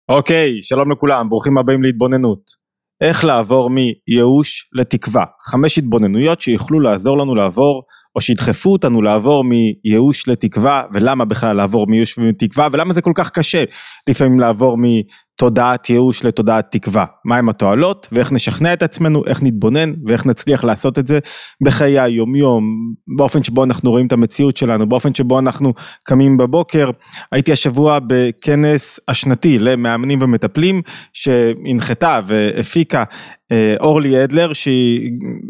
אוקיי, שלום לכולם, ברוכים הבאים להתבוננות. איך לעבור מייאוש לתקווה? 5 התבוננויות שיוכלו לעזור לנו לעבור, או שידחפו אותנו לעבור מייאוש לתקווה, ולמה בכלל לעבור מייאוש לתקווה, ולמה זה כל כך קשה לפעמים לעבור מתודעת ייאוש לתודעת תקווה. מהם התועלות, ואיך נשכנע את עצמנו, איך נתבונן, ואיך נצליח לעשות את זה בחיי היום-יום, באופן שבו אנחנו רואים את המציאות שלנו, באופן שבו אנחנו קמים בבוקר. הייתי השבוע בכנס השנתי למאמנים ומטפלים, שהנחתה והפיקה אורלי אדלר, שהיא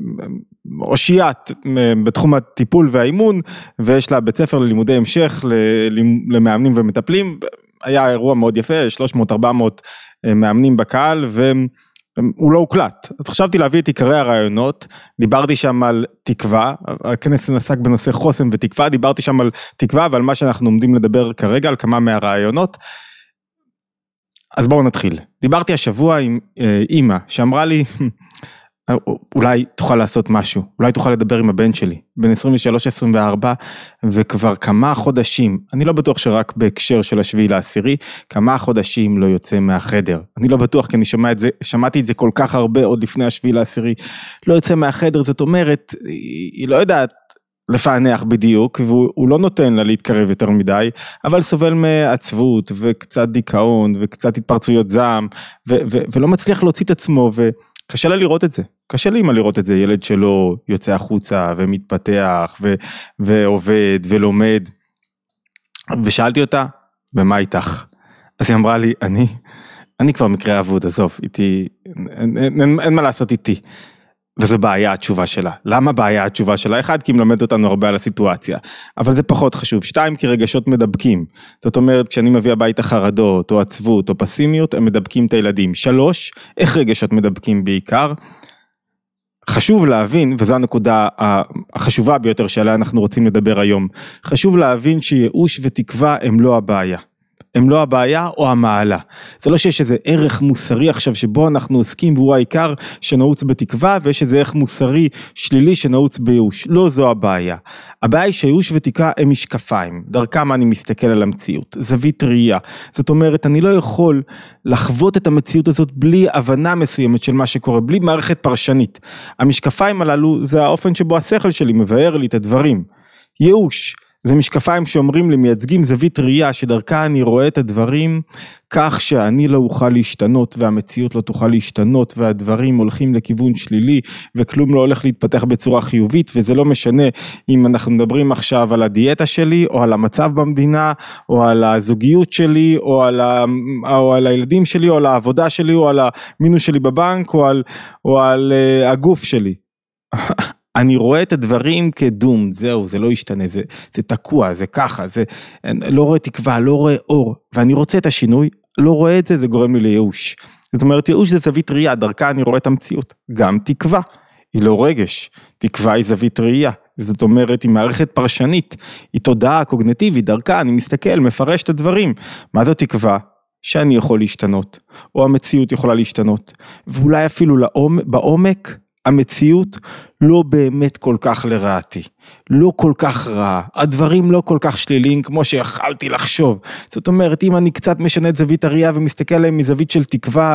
אושיית בתחום הטיפול והאימון, ויש לה בית ספר ללימודי המשך למאמנים ומטפלים. היה אירוע מאוד יפה, 300-400 מאמנים בקהל, והוא לא הוקלט. אז חשבתי להביא את עיקרי הרעיונות, דיברתי שם על תקווה, הכנס נסק בנושא חוסן ותקווה, דיברתי שם על תקווה ועל מה שאנחנו עומדים לדבר כרגע, על כמה מהרעיונות. אז בואו נתחיל. דיברתי השבוע עם אמא, שאמרה לי, אולי תוכל לעשות משהו, אולי תוכל לדבר עם הבן שלי, בין 23-24, וכבר כמה חודשים, אני לא בטוח שרק בהקשר של 7/10, כמה חודשים לא יוצא מהחדר, אני לא בטוח כי אני שמעתי את זה כל כך הרבה עוד לפני 7/10, לא יוצא מהחדר, זאת אומרת, היא לא יודעת לפענח בדיוק, והוא לא נותן לה להתקרב יותר מדי, אבל סובל מעצבות, וקצת דיכאון, וקצת התפרצויות זעם, ולא מצליח להוציא את עצמו, קשה לה לראות את זה, קשה לאמא לראות את זה, ילד שלו יוצא החוצה ומתפתח ועובד ולומד, ושאלתי אותה, ומה איתך? אז היא אמרה לי, אני כבר מקרה אבוד, עזוב, איתי, אין מה לעשות איתי, וזו בעיה התשובה שלה. למה בעיה התשובה שלה? 1, כי היא מלמדת אותנו הרבה על הסיטואציה, אבל זה פחות חשוב. 2, כי רגשות מדבקים. זאת אומרת, כשאני מביא הביתה חרדות, או עצבות, או פסימיות, הם מדבקים את הילדים. 3, איך רגשות מדבקים בעיקר? חשוב להבין, וזו הנקודה החשובה ביותר שעליה אנחנו רוצים לדבר היום, חשוב להבין שייאוש ותקווה הם לא הבעיה. הם לא הבעיה או המעלה. זה לא שיש איזה ערך מוסרי עכשיו שבו אנחנו עוסקים והוא העיקר שנעוץ בתקווה, ויש איזה ערך מוסרי שלילי שנעוץ בייאוש. לא זו הבעיה. הבעיה היא שייאוש ותקווה הם משקפיים. דרכם אני מסתכל על המציאות. זווית ראייה. זאת אומרת, אני לא יכול לחוות את המציאות הזאת בלי הבנה מסוימת של מה שקורה, בלי מערכת פרשנית. המשקפיים הללו זה האופן שבו השכל שלי מבאר לי את הדברים. ייאוש. זה משקפיים שאומרים לי, מייצגים זווית ראייה, שדרכה אני רואה את הדברים, כך שאני לא אוכל להשתנות, והמציאות לא תוכל להשתנות, והדברים הולכים לכיוון שלילי, וכלום לא הולך להתפתח בצורה חיובית, וזה לא משנה אם אנחנו מדברים עכשיו על הדיאטה שלי, או על המצב במדינה, או על הזוגיות שלי, או על הילדים שלי, או על העבודה שלי, או על המינוס שלי בבנק, או על הגוף שלי. אני רואה את הדברים כדום, זהו, זה לא ישתנה, זה תקוע, זה ככה, לא רואה תקווה, לא רואה אור, ואני רוצה את השינוי, לא רואה את זה, זה גורם לי לייאוש. זאת אומרת, ייאוש זה זווית ראייה, דרכה אני רואה את המציאות, גם תקווה, היא לא רגש, תקווה היא זווית ראייה, זאת אומרת, היא מערכת פרשנית, היא תודעה קוגניטיבית, דרכה אני מסתכל, מפרש את הדברים, מה זו תקווה? שאני יכול להשתנות, או המציאות יכולה להשתנות, ואולי אפילו בעומק, המציאות לא באמת כל כך לרעתי, לא כל כך רע, הדברים לא כל כך שליליים כמו שיכלתי לחשוב, זאת אומרת אם אני קצת משנה את זווית הראייה ומסתכל עליהם מזווית של תקווה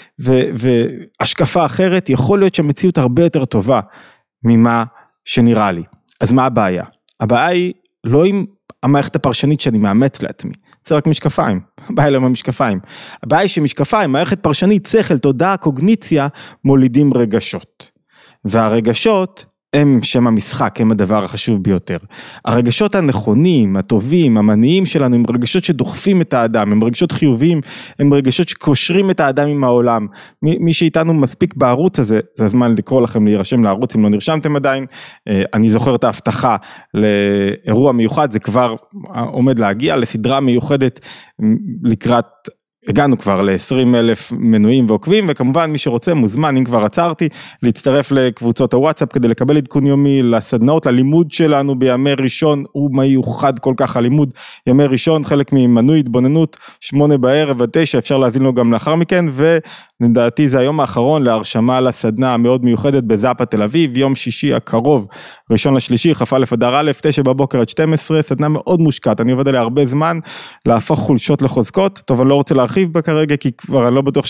והשקפה אחרת, יכול להיות שהמציאות הרבה יותר טובה ממה שנראה לי. אז מה הבעיה? הבעיה היא לא עם המערכת הפרשנית שאני מאמץ לעצמי, זה רק משקפיים, הבעיה לא עם המשקפיים, הבעיה היא שמשקפיים, מערכת פרשנית, שכל, תודעה, קוגניציה, מולידים רגשות, והרגשות הם שם המשחק, הם הדבר החשוב ביותר. הרגשות הנכונים, הטובים, המניעים שלנו, הם רגשות שדוחפים את האדם, הם רגשות חיוביים, הם רגשות שקושרים את האדם עם העולם. מי שאיתנו מספיק בערוץ הזה, זה הזמן לקרוא לכם להירשם לערוץ, אם לא נרשמתם עדיין. אני זוכר את ההבטחה לאירוע מיוחד, זה כבר עומד להגיע לסדרה מיוחדת לקראת הגענו כבר ל-20,000 מנויים ועוקבים, וכמובן מי שרוצה מוזמן, אם כבר עצרתי, להצטרף לקבוצות הוואטסאפ כדי לקבל עדכון יומי לסדנאות, ללימוד שלנו בימי ראשון, הוא מיוחד כל כך הלימוד, ימי ראשון, חלק ממנוי התבוננות, 8 בערב עד 9, אפשר להזין לו גם לאחר מכן, ולדעתי זה היום האחרון להרשמה לסדנה המאוד מיוחדת בזאפה תל אביב, יום שישי הקרוב, 1/3, כ"א אדר א', 9 בבוקר עד 12, סדנה מאוד מושקעת, אני עובד עליה הרבה זמן, להפוך חולשות לחוזקות, טוב, אני לא רוצה להרחיב להרחיב בה כרגע, כי כבר אני לא בטוח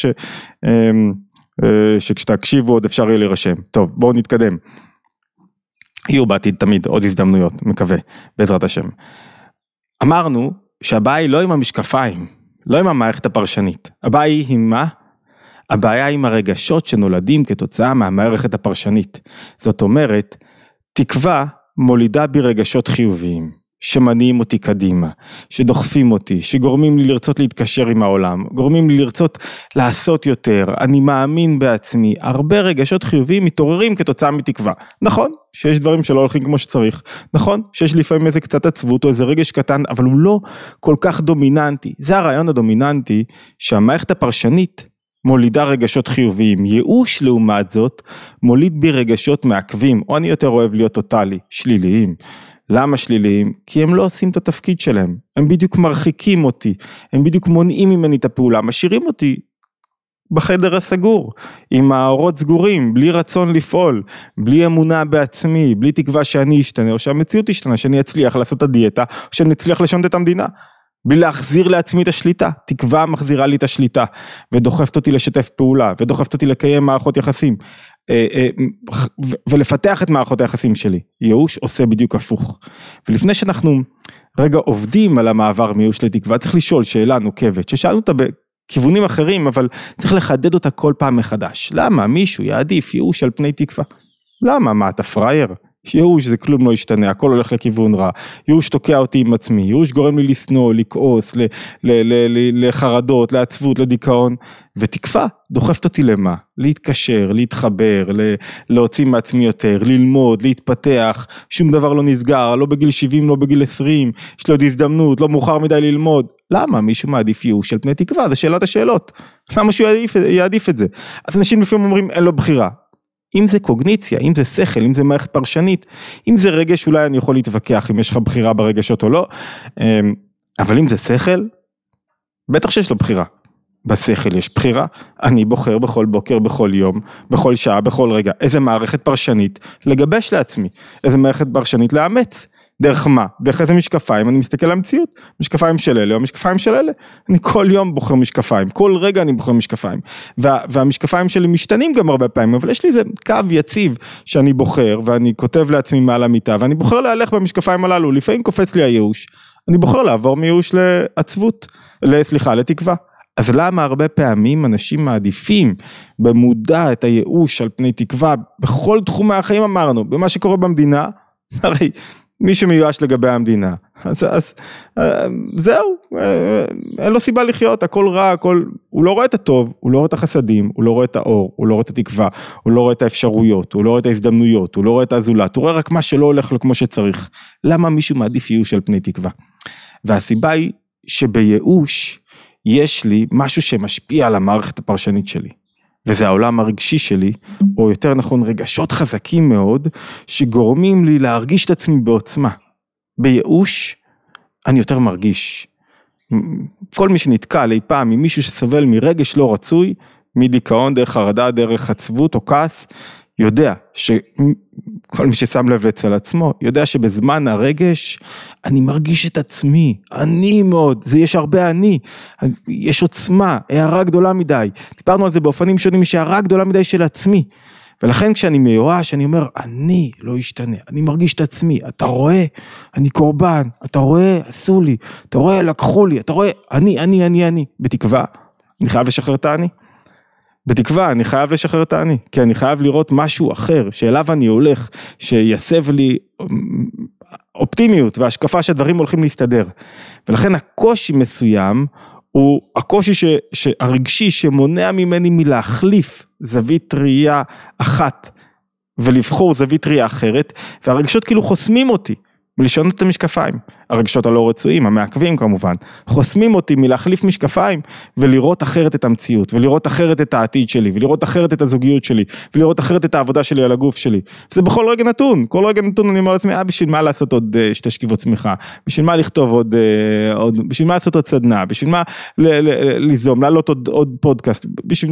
שכשתקשיבו עוד אפשר יהיה להירשם. טוב, בואו נתקדם. יהיו בעתיד תמיד עוד הזדמנויות, מקווה, בעזרת השם. אמרנו שהבעיה היא לא עם המשקפיים, לא עם המערכת הפרשנית. הבעיה היא עם מה? הבעיה היא עם הרגשות שנולדים כתוצאה מהמערכת הפרשנית. זאת אומרת, תקווה מולידה בי רגשות חיוביים, שמניעים אותי קדימה, שדוחפים אותי, שגורמים לי לרצות להתקשר עם העולם, גורמים לי לרצות לעשות יותר, אני מאמין בעצמי, הרבה רגשות חיוביים מתעוררים כתוצאה מתקווה. נכון, שיש דברים שלא הולכים כמו שצריך, נכון, שיש לפעמים איזה קצת עצבות או איזה רגש קטן, אבל הוא לא כל כך דומיננטי. זה הרעיון הדומיננטי, שהמערכת הפרשנית מולידה רגשות חיוביים. ייאוש לעומת זאת, מוליד בי רגשות מעכבים, או אני יותר אוהב להיות טוטלי, שליליים. למה שליליים? כי הם לא עושים את התפקיד שלהם, הם בדיוק מרחיקים אותי, הם בדיוק מונעים ממני את הפעולה, משאירים אותי בחדר הסגור, עם האורות סגורים, בלי רצון לפעול, בלי אמונה בעצמי, בלי תקווה שאני אשתנה, או שהמציאות תשתנה, שאני אצליח לעשות את הדיאטה, או שאני אצליח לשנות את המדינה, בלי להחזיר לעצמי את השליטה. תקווה מחזירה לי את השליטה, ודוחפת אותי לשתף פעולה, ודוחפת אותי לקיים מערכות יחסים, ולפתח את מערכות היחסים שלי. ייאוש עושה בדיוק הפוך. ולפני שאנחנו רגע עובדים על המעבר מייאוש לתקווה, צריך לשאול שאלה נוקבת, ששאלנו אותה בכיוונים אחרים, אבל צריך לחדד אותה כל פעם מחדש. למה מישהו יעדיף ייאוש על פני תקווה? למה? מה, אתה פרייר? ייאוש זה כלום לא ישתנה, הכל הולך לכיוון רע, ייאוש תוקע אותי עם עצמי, ייאוש גורם לי לסנוע, לכעוס, לחרדות, לעצבות, לדיכאון, ותקווה דוחפת אותי למה? להתקשר, להתחבר, להוציא מעצמי יותר, ללמוד, להתפתח, שום דבר לא נסגר, לא בגיל 70, לא בגיל 20, יש לי עוד הזדמנות, לא מאוחר מדי ללמוד. למה? מישהו מעדיף ייאוש על פני תקווה, זה שאלת השאלות, למה שהוא יעדיף את זה? אז אנשים לפעמים אומרים, אין לו בחירה. אם זה קוגניציה, אם זה שכל, אם זה מערכת פרשנית, אם זה רגש, אולי אני יכול להתווכח אם יש לך בחירה ברגשות או לא, אבל אם זה שכל, בטח שיש לו בחירה. בשכל יש בחירה, אני בוחר בכל בוקר, בכל יום, בכל שעה, בכל רגע, איזה מערכת פרשנית לגבש לעצמי, איזה מערכת פרשנית לאמץ, דרך מה? דרך איזה משקפיים אני מסתכל על המציאות, משקפיים של אלה או משקפיים של אלה, אני כל יום בוחר משקפיים, כל רגע אני בוחר משקפיים, והמשקפיים שלי משתנים גם הרבה פעמים, אבל יש לי איזה קו יציב שאני בוחר, ואני כותב לעצמי מעל המיטה, ואני בוחר להלך במשקפיים הללו, לפעמים קופץ לי הייאוש, אני בוחר לעבור מייאוש לעצבות, לתקווה. אז למה הרבה פעמים אנשים מעדיפים במודע את הייאוש על פני תקווה, בכל תחומי החיים אמרנו, במה שקורה במדינה, הרי מי שמיואש לגבי המדינה, אז זהו, אין לו סיבה לחיות, הכל רע, הוא לא רואה את הטוב, הוא לא רואה את החסדים, הוא לא רואה את האור, הוא לא רואה את התקווה, הוא לא רואה את האפשרויות, הוא לא רואה את ההזדמנויות, הוא לא רואה את הזולת, הוא רואה רק מה שלא הולך לו כמו שצריך. למה מישהו מעדיף ייאוש על פני תקווה? והסיבה היא שבייאוש יש לי משהו שמשפיע על המערכת הפרשנית שלי. וזה העולם הרגשי שלי, או יותר נכון רגשות חזקים מאוד, שגורמים לי להרגיש את עצמי בעוצמה. בייאוש, אני יותר מרגיש. כל מי שנתקל אי פעם עם מישהו שסובל מרגש לא רצוי, מדיכאון, דרך חרדה, דרך עצבות או כעס, יודע שכל מי ששם לב אצל עצמו, יודע שבזמן הרגש, אני מרגיש את עצמי, אני מאוד, זה יש הרבה אני, יש עוצמה, הערה גדולה מדי, דיברנו על זה באופנים שונים, שהערה גדולה מדי של עצמי, ולכן כשאני מיואש, אני אומר, אני לא אשתנה, אני מרגיש את עצמי, אתה רואה, אני קורבן, אתה רואה, עשו לי, אתה רואה, לקחו לי, אתה רואה, אני, בתקווה, אני חייב לשחרר את אני, בתקווה, אני חייב לשחרר את אני, כי אני חייב לראות משהו אחר, שאליו אני הולך, שיסב לי אופטימיות, והשקפה שהדברים הולכים להסתדר, ולכן הקושי מסוים, הוא הקושי הרגשי שמונע ממני מלהחליף זווית ראייה אחת, ולבחור זווית ראייה אחרת, והרגשות כאילו חוסמים אותי, מלשנות את המשקפיים, הרגשות הלא רצויים, המעכבים כמובן, חוסמים אותי מלהחליף משקפיים, ולראות אחרת את המציאות, ולראות אחרת את העתיד שלי, ולראות אחרת את הזוגיות שלי, ולראות אחרת את העבודה שלי על הגוף שלי, זה בכל רגע נתון, כל רגע נתון אני אומר לעצמי, בשביל מה לעשות עוד 2 שכיבות צמיחה, בשביל מה לכתוב עוד, בשביל מה לעשות עוד סדנה, בשביל מה ליזום, לעלות עוד פודקאסט, בשביל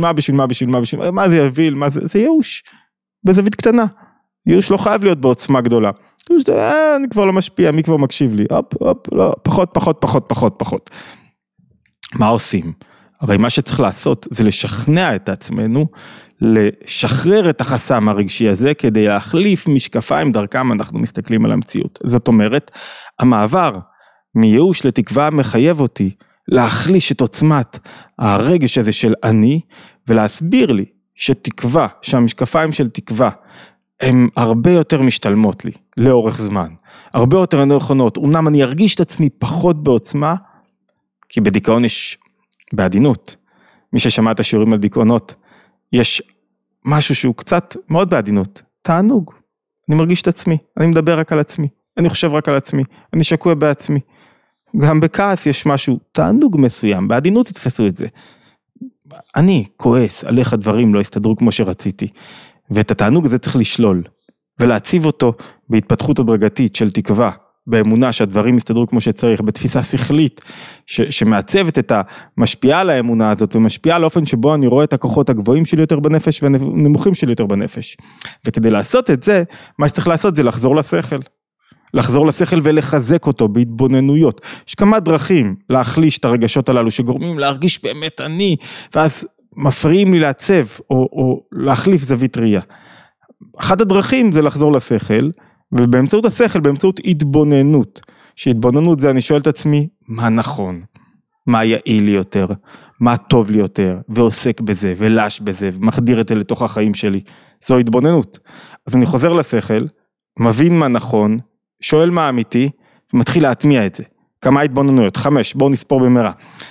מה זה יביל, זה ייאוש, בזווית קטנה, ייאוש לא חייב להיות בעוצמה גדולה, אני כבר לא משפיע, מי כבר מקשיב לי, לא, פחות. מה עושים? הרי מה שצריך לעשות זה לשכנע את עצמנו, לשחרר את החסם הרגשי הזה, כדי להחליף משקפיים דרכם אנחנו מסתכלים על המציאות. זאת אומרת, המעבר מייאוש לתקווה מחייב אותי, להחליש את עוצמת הרגש הזה של אני, ולהסביר לי שתקווה, שהמשקפיים של תקווה, הן הרבה יותר משתלמות לי, לאורך זמן. הרבה יותר נכונות. אמנם אני ארגיש את עצמי פחות בעוצמה, כי בדיכאון יש בעדינות. מי ששמע את השיעורים על דיכאונות, יש משהו שהוא קצת מאוד בעדינות. תענוג. אני מרגיש את עצמי. אני מדבר רק על עצמי. אני חושב רק על עצמי. אני שקוע בעצמי. גם בכעס יש משהו, תענוג מסוים. בעדינות תתפסו את זה. אני כועס על איך הדברים לא הסתדרו כמו שרציתי. ואת התענוג הזה צריך לשלול. ולהציב אותו בהתפתחות הדרגתית של תקווה. באמונה שהדברים יסתדרו כמו שצריך, בתפיסה שכלית, שמעצבת את המשפיעה על האמונה הזאת, ומשפיעה על האופן שבו אני רואה את הכוחות הגבוהים שלי יותר בנפש, והנמוכים שלי יותר בנפש. וכדי לעשות את זה, מה שצריך לעשות זה לחזור לשכל. לחזור לשכל ולחזק אותו בהתבוננויות. יש כמה דרכים להחליש את הרגשות הללו, שגורמים להרגיש באמת אני, ואז מפריעים לי לעצב, או להחליף זווית ראייה. אחת הדרכים זה לחזור לשכל, ובאמצעות השכל, באמצעות התבוננות, שהתבוננות זה אני שואל את עצמי, מה נכון, מה יעיל לי יותר, מה טוב לי יותר, ועוסק בזה, ולש בזה, ומחדיר את זה לתוך החיים שלי, זו התבוננות. אז אני חוזר לשכל, מבין מה נכון, שואל מה אמיתי, ומתחיל להטמיע את זה. כמה התבוננויות? 5, בואו נספור במהרה.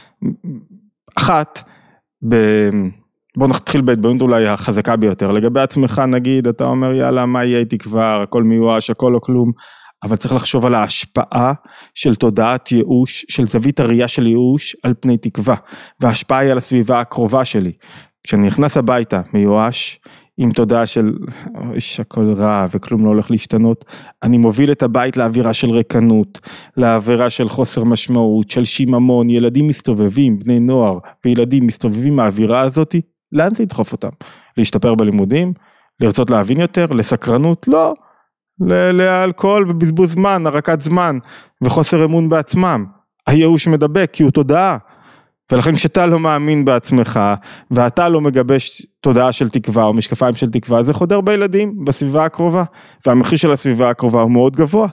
1, בואו נתחיל בהתבוננות אולי החזקה ביותר, לגבי עצמך נגיד, אתה אומר יאללה מה יהיה איתי כבר, הכל מיואש, הכל לא כלום, אבל צריך לחשוב על ההשפעה של תודעת ייאוש, של זווית הראייה של ייאוש על פני תקווה, וההשפעה היא על הסביבה הקרובה שלי, כשאני נכנס הביתה מיואש, עם תודעה של הכל רע וכלום לא הולך להשתנות, אני מוביל את הבית לאווירה של ריקנות, לאווירה של חוסר משמעות, של שיממון, ילדים מסתובבים, בני נוער וילדים מסתובבים מהאווירה הזאת, לאן זה ידחוף אותם? להשתפר בלימודים? לרצות להבין יותר? לסקרנות? לא. לאלכוהול ובזבוז זמן, הרקת זמן וחוסר אמון בעצמם. הייאוש מדבק כי הוא תודעה. ולכן כשאתה לא מאמין בעצמך, ואתה לא מגבש תודעה של תקווה, או משקפיים של תקווה, זה חודר בילדים, בסביבה הקרובה, והמחיר של הסביבה הקרובה הוא מאוד גבוה.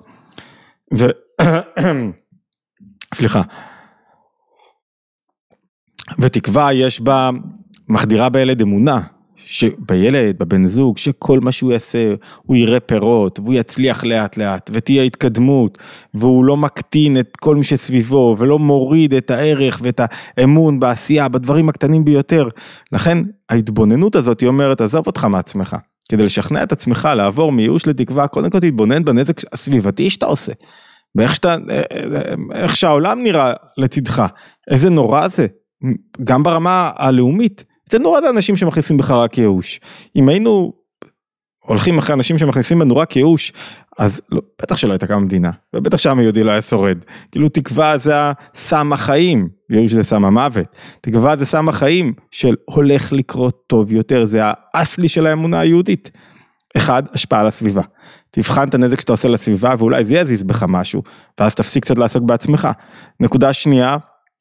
סליחה. ותקווה יש בה, מחדירה בילד אמונה, שבילד, בבן זוג, שכל מה שהוא יעשה, הוא יראה פירות, והוא יצליח לאט לאט, ותהיה התקדמות, והוא לא מקטין את כל מי שסביבו, ולא מוריד את הערך ואת האמון בעשייה, בדברים הקטנים ביותר. לכן, ההתבוננות הזאת היא אומרת, עזוב אותך מעצמך, כדי לשכנע את עצמך, לעבור מייאוש לתקווה, קודם כל תתבונן בנזק הסביבתי שאתה עושה, איך שהעולם נראה לצדך, איזה נורא זה, גם ברמה הלאומית, זה נורא זה אנשים שמכניסים בך רק ייאוש. אם היינו הולכים אחרי אנשים שמכניסים בנו רק ייאוש, אז לא, בטח שלא הייתה קמה מדינה, ובטח שהעם היהודי לא היה שורד. כאילו תקווה זה סם החיים, ייאוש זה סם המוות. תקווה זה סם החיים של הולך לקרות טוב יותר, זה האסלי של האמונה היהודית. 1, השפעה על הסביבה. תבחן את הנזק שאתה עושה לסביבה, ואולי זה יזיז בך משהו, ואז תפסיק קצת לעסוק בעצמך. נקודה שנייה,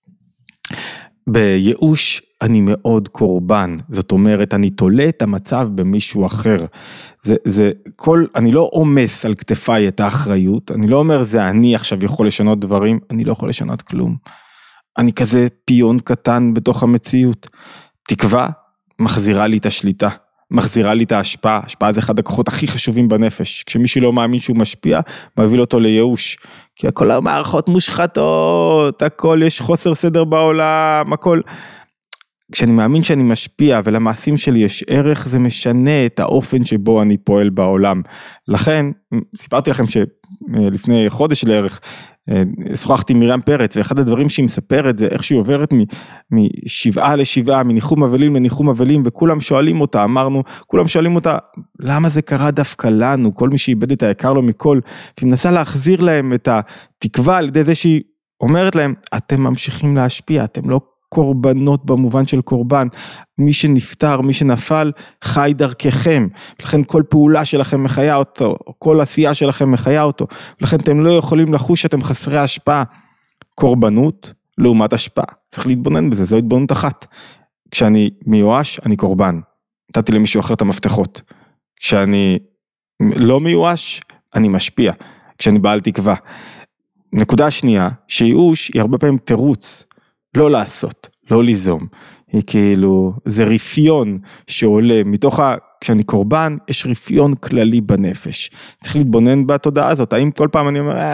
בייאוש אני מאוד קורבן, זאת אומרת אני תולה את המצב במישהו אחר, אני לא עומס על כתפיי את האחריות, אני לא אומר זה אני עכשיו יכול לשנות דברים, אני לא יכול לשנות כלום, אני כזה פיון קטן בתוך המציאות, תקווה מחזירה לי את השליטה, מחזירה לי את ההשפעה, השפעה זה אחד הכוחות הכי חשובים בנפש, כשמישהו לא מאמין שהוא משפיע, מביא אותו לייאוש, כי הכל המערכות מושחתות, הכל יש חוסר סדר בעולם, הכל, כשאני מאמין שאני משפיע ולמעשים שלי יש ערך, זה משנה את האופן שבו אני פועל בעולם, לכן, סיפרתי לכם שלפני חודש לערך, שוחחתי עם מרים פרץ, ואחד הדברים שהיא מספרת זה איך שהיא עוברת משבעה לשבעה, מניחום אבלים לניחום אבלים, וכולם שואלים אותה, כולם שואלים אותה, למה זה קרה דווקא לנו, כל מי שאיבד את היקר לו מכל, והיא מנסה להחזיר להם את התקווה, על ידי זה שהיא אומרת להם, אתם ממשיכים להשפיע, אתם לא קורבנות במובן של קורבן, מי שנפטר, מי שנפל, חי דרככם, לכן כל פעולה שלכם מחיה אותו, כל עשייה שלכם מחיה אותו, לכן אתם לא יכולים לחוש שאתם חסרי השפעה, קורבנות, לעומת השפעה. צריך להתבונן בזה, זו התבוננות אחת. כשאני מיואש, אני קורבן. נתתי למישהו אחר את המפתחות. כשאני לא מיואש, אני משפיע. כשאני בעל תקווה. נקודה שנייה, שייאוש היא הרבה פעמים תירוץ, לא לעשות, לא ליזום. היא כאילו, זה רפיון שעולה מתוך כשאני קורבן, יש רפיון כללי בנפש. צריך להתבונן בתודעה הזאת. האם כל פעם אני אומר,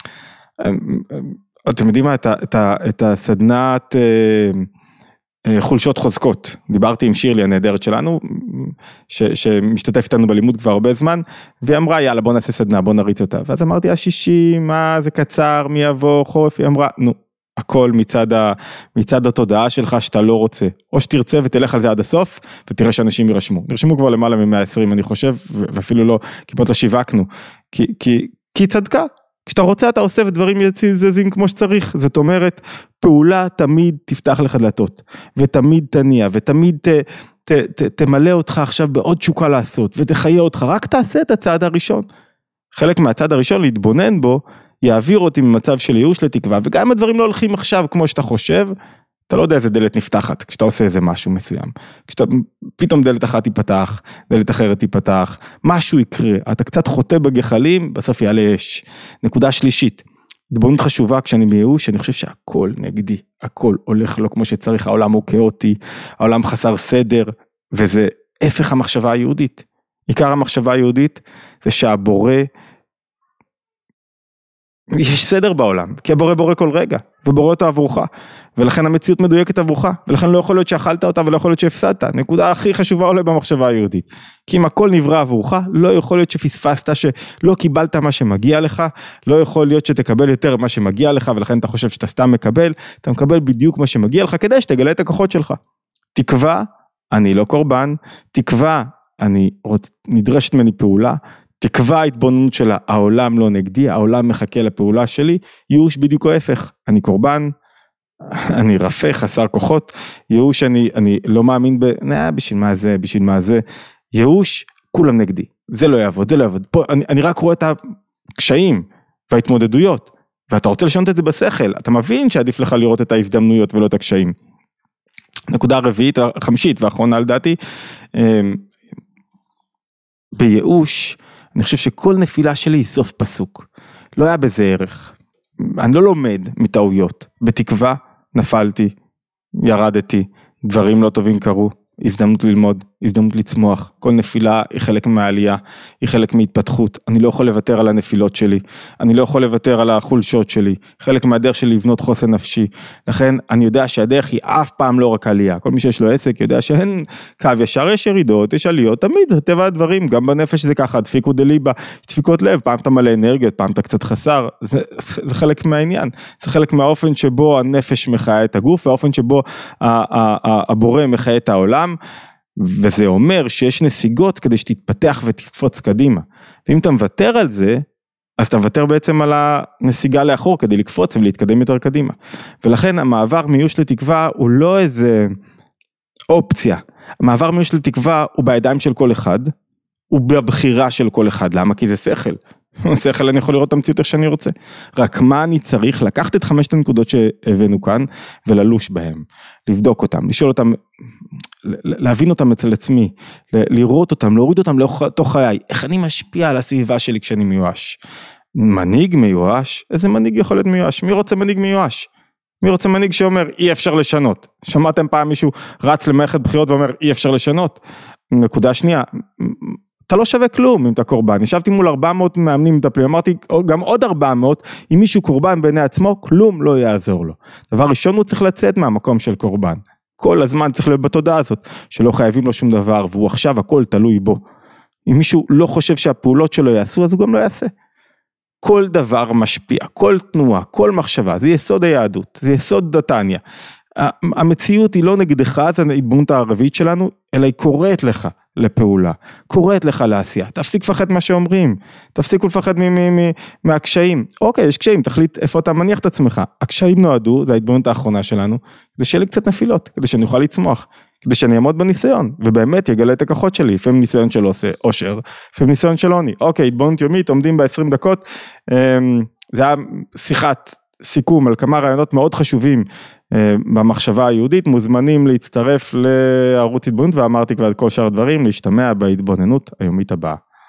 אתם יודעים מה, את הסדנת חולשות חוזקות. דיברתי עם שירלי הנהדרת שלנו, שמשתתפת לנו בלימוד כבר הרבה זמן, והיא אמרה, יאללה, בוא נעשה סדנה, בוא נריץ אותה. ואז אמרתי, ה-60, מה זה קצר, מי יבוא, חורף, היא אמרה, נו, הכל מצד התודעה שלך שאתה לא רוצה, או שתרצה ותלך על זה עד הסוף, ותראה שאנשים נרשמו כבר למעלה מ-120, אני חושב, ואפילו לא, כמעט לא שיווקנו, כי צדקה, כשאתה רוצה אתה עושה ודברים יזזים כמו שצריך, זאת אומרת, פעולה תמיד תפתח לך דלתות, ותמיד תניע, ותמיד תמלא אותך עכשיו בעוד תשוקה לעשות, ותחיה אותך, רק תעשה את הצעד הראשון, חלק מהצעד הראשון להתבונן בו, יעביר אותי ממצב של ייאוש לתקווה, וגם הדברים לא הולכים עכשיו כמו שאתה חושב, אתה לא יודע איזה דלת נפתחת, כשאתה עושה איזה משהו מסוים, כשאתה פתאום דלת אחת תיפתח, דלת אחרת תיפתח, משהו יקרה, אתה קצת חוטא בגחלים, בסוף יעלה אש. נקודה שלישית, התבוננות חשובה כשאני מייאוש, אני חושב שהכל נגדי, הכל הולך לא כמו שצריך, העולם הוא כאוטי, העולם חסר סדר, וזה הפך המחשבה היהודית. עיקר המחשבה היהודית זה שהבורא, יש סדר בעולם, כי הבורא בורא כל רגע, ובורא אותו עבורך, ולכן המציאות מדויקת עבורך, ולכן לא יכול להיות שאכלת אותה, ולא יכול להיות שהפסדת, נקודה הכי חשובה עולה במחשבה היהודית, כי אם הכל נברא עבורך, לא יכול להיות שפספסת, שלא קיבלת מה שמגיע לך, לא יכול להיות שתקבל יותר מה שמגיע לך, ולכן אתה חושב שאתה סתם מקבל, אתה מקבל בדיוק מה שמגיע לך, כדי שתגלה את הכוחות שלך. תקווה, אני לא קורבן, תקווה, נדרשת ממני פעולה, תקווה ההתבוננות שלה, העולם לא נגדי, העולם מחכה לפעולה שלי, ייאוש בדיוק ההפך, אני קורבן, אני רפה, חסר כוחות, ייאוש אני לא מאמין בשביל מה זה, ייאוש, כולם נגדי, זה לא יעבוד, פה אני רק רואה את הקשיים וההתמודדויות, ואתה רוצה לשנות את זה בשכל, אתה מבין שעדיף לך לראות את ההזדמנויות ולא את הקשיים. נקודה רביעית, חמישית ואחרונה לדעתי, בייאוש, אני חושב שכל נפילה שלי היא סוף פסוק. לא היה בזה ערך. אני לא לומד מטעויות. בתקווה נפלתי, ירדתי, דברים לא טובים קרו, הזדמנות ללמוד, הזדמנות לצמוח. כל נפילה היא חלק מהעלייה, היא חלק מהתפתחות. אני לא יכול לוותר על הנפילות שלי, אני לא יכול לוותר על החולשות שלי. חלק מהדרך שלי לבנות חוסן נפשי. לכן אני יודע שהדרך היא אף פעם לא רק עלייה. כל מי שיש לו עסק יודע שאין קו ישר, יש ירידות, יש עליות, תמיד זה טבע הדברים. גם בנפש זה ככה, דפיקו דליבה, דפיקות לב, פעם אתה מלא אנרגיות, פעם אתה קצת חסר. זה חלק מהעניין. זה חלק מהאופן שבו הנפש מחיה את הגוף, והאופן שבו הבורא מחיה את העולם. וזה אומר שיש נסיגות כדי שתתפתח ותקפוץ קדימה. ואם אתה מוותר על זה, אז אתה מוותר בעצם על הנסיגה לאחור כדי לקפוץ ולהתקדם יותר קדימה. ולכן המעבר מייאוש לתקווה הוא לא איזה אופציה. המעבר מייאוש לתקווה הוא בידיים של כל אחד, הוא בבחירה של כל אחד. למה? כי זה שכל. שכל אני יכול לראות את המציאות איך שאני רוצה. רק מה אני צריך? לקחת את 5 הנקודות שהבאנו כאן, וללוש בהם. לבדוק אותם, לשאול אותם, להבין אותם אצל עצמי, לראות אותם, להוריד אותם לתוך חיי. איך אני משפיע על הסביבה שלי כשאני מיואש? מנהיג מיואש? איזה מנהיג יכול להיות מיואש? מי רוצה מנהיג מיואש? מי רוצה מנהיג שאומר אי אפשר לשנות? שמעתם פעם מישהו רץ למערכת בחירות ואומר אי אפשר לשנות? נקודה שנייה, אתה לא שווה כלום אם אתה קורבן, ישבתי מול 400 מאמנים מטפלים, אמרתי גם עוד 400, אם מישהו קורבן בעיני עצמו, כלום לא יעזור לו. דבר ראשון הוא צריך לצאת מהמקום של קורבן, כל הזמן צריך להיות בתודעה הזאת, שלא חייבים לו שום דבר, והוא עכשיו הכל תלוי בו. אם מישהו לא חושב שהפעולות שלו יעשו, אז הוא גם לא יעשה. כל דבר משפיע, כל תנועה, כל מחשבה, זה יסוד היהדות, זה יסוד דתניה. המציאות היא לא נגדך, זה ההתבוננות הרביעית שלנו, אלא היא קוראת לך לפעולה, קוראת לך לעשייה, תפסיק לפחד מה שאומרים, תפסיקו לפחד מהקשיים, אוקיי, יש קשיים, תחליט איפה אתה מניח את עצמך, הקשיים נועדו, זה ההתבוננות האחרונה שלנו, כדי שיהיה לי קצת נפילות, כדי שאני אוכל לצמוח, כדי שאני אעמוד בניסיון, ובאמת יגלה את הכוחות שלי, לפעמים ניסיון שלא עושה אושר, לפעמים ניסיון שלא עוני, אוקיי, התבוננות יומית, עומדים ב-20 דקות, זה היה שיחת סיכום על כמה רעיונות מאוד חשובים במחשבה היהודית, מוזמנים להצטרף לערוץ התבוננות, ואמרתי כבר את כל שאר הדברים, להשתמע בהתבוננות היומית הבאה.